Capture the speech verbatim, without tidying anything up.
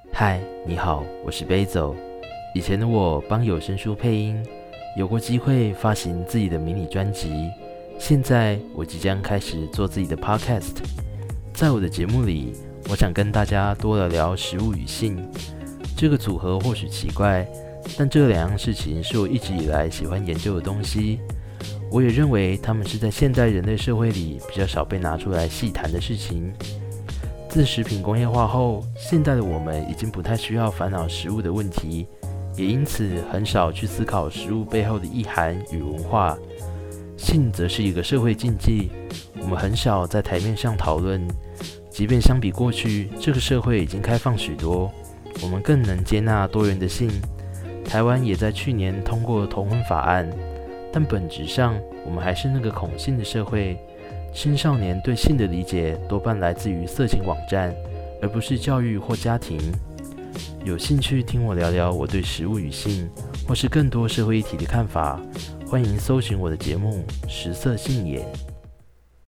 嗨，你好，我是杯走。以前的我帮有声书配音，有过机会发行自己的迷你专辑。现在我即将开始做自己的 podcast。在我的节目里，我想跟大家多聊聊食物与性。这个组合或许奇怪，但这两样事情是我一直以来喜欢研究的东西。我也认为它们是在现代人类社会里比较少被拿出来细谈的事情。自食品工业化后，现代的我们已经不太需要烦恼食物的问题，也因此很少去思考食物背后的意涵与文化。性则是一个社会禁忌，我们很少在台面上讨论。即便相比过去，这个社会已经开放许多，我们更能接纳多元的性。台湾也在去年通过同婚法案，但本质上我们还是那个恐性的社会。青少年对性的理解多半来自于色情网站，而不是教育或家庭。有兴趣听我聊聊我对食物与性，或是更多社会议题的看法，欢迎搜寻我的节目《食色性也》。